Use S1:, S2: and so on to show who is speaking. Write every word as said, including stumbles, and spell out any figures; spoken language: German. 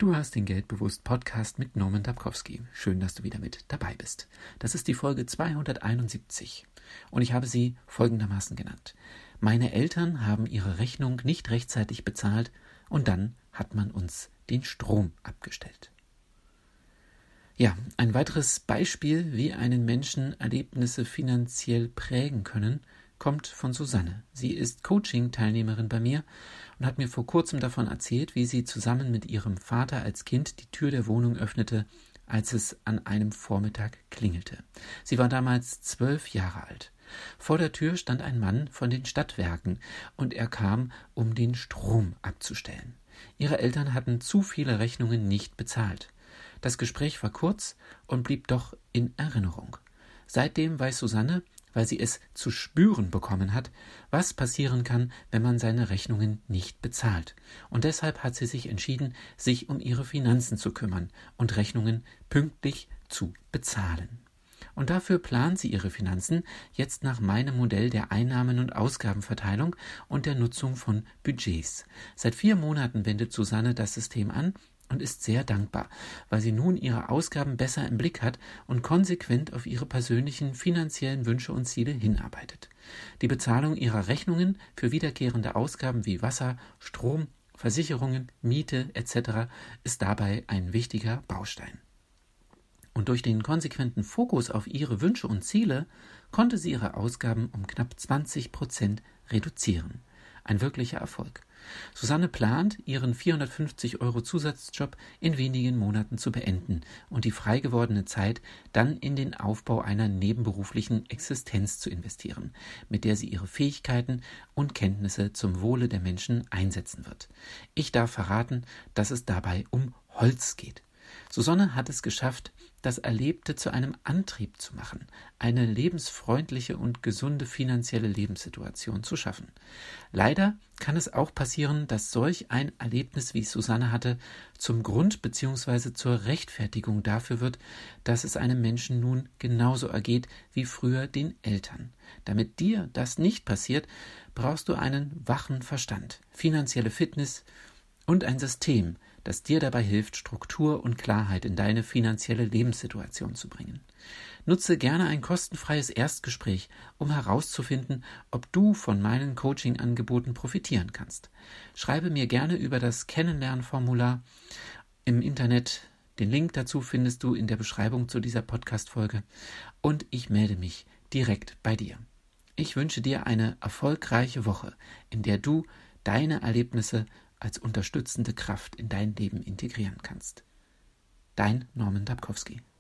S1: Du hast den Geldbewusst Podcast mit Norman Dabkowski. Schön, dass du wieder mit dabei bist. Das ist die Folge zweihunderteinundsiebzig und ich habe sie folgendermaßen genannt. Meine Eltern haben ihre Rechnung nicht rechtzeitig bezahlt und dann hat man uns den Strom abgestellt. Ja, ein weiteres Beispiel, wie einen Menschen Erlebnisse finanziell prägen können, kommt von Susanne. Sie ist Coaching-Teilnehmerin bei mir und hat mir vor kurzem davon erzählt, wie sie zusammen mit ihrem Vater als Kind die Tür der Wohnung öffnete, als es an einem Vormittag klingelte. Sie war damals zwölf Jahre alt. Vor der Tür stand ein Mann von den Stadtwerken und er kam, um den Strom abzustellen. Ihre Eltern hatten zu viele Rechnungen nicht bezahlt. Das Gespräch war kurz und blieb doch in Erinnerung. Seitdem weiß Susanne, weil sie es zu spüren bekommen hat, was passieren kann, wenn man seine Rechnungen nicht bezahlt. Und deshalb hat sie sich entschieden, sich um ihre Finanzen zu kümmern und Rechnungen pünktlich zu bezahlen. Und dafür plant sie ihre Finanzen jetzt nach meinem Modell der Einnahmen- und Ausgabenverteilung und der Nutzung von Budgets. Seit vier Monaten wendet Susanne das System an und ist sehr dankbar, weil sie nun ihre Ausgaben besser im Blick hat und konsequent auf ihre persönlichen finanziellen Wünsche und Ziele hinarbeitet. Die Bezahlung ihrer Rechnungen für wiederkehrende Ausgaben wie Wasser, Strom, Versicherungen, Miete et cetera ist dabei ein wichtiger Baustein. Und durch den konsequenten Fokus auf ihre Wünsche und Ziele konnte sie ihre Ausgaben um knapp zwanzig Prozent reduzieren. Ein wirklicher Erfolg. Susanne plant, ihren vierhundertfünfzig Euro Zusatzjob in wenigen Monaten zu beenden und die frei gewordene Zeit dann in den Aufbau einer nebenberuflichen Existenz zu investieren, mit der sie ihre Fähigkeiten und Kenntnisse zum Wohle der Menschen einsetzen wird. Ich darf verraten, dass es dabei um Holz geht. Susanne hat es geschafft, das Erlebte zu einem Antrieb zu machen, eine lebensfreundliche und gesunde finanzielle Lebenssituation zu schaffen. Leider kann es auch passieren, dass solch ein Erlebnis, wie Susanne hatte, zum Grund bzw. zur Rechtfertigung dafür wird, dass es einem Menschen nun genauso ergeht wie früher den Eltern. Damit dir das nicht passiert, brauchst du einen wachen Verstand, finanzielle Fitness und ein System, das dir dabei hilft, Struktur und Klarheit in deine finanzielle Lebenssituation zu bringen. Nutze gerne ein kostenfreies Erstgespräch, um herauszufinden, ob du von meinen Coaching-Angeboten profitieren kannst. Schreibe mir gerne über das Kennenlernformular im Internet. Den Link dazu findest du in der Beschreibung zu dieser Podcast-Folge und ich melde mich direkt bei dir. Ich wünsche dir eine erfolgreiche Woche, in der du deine Erlebnisse als unterstützende Kraft in dein Leben integrieren kannst. Dein Norman Dabkowski.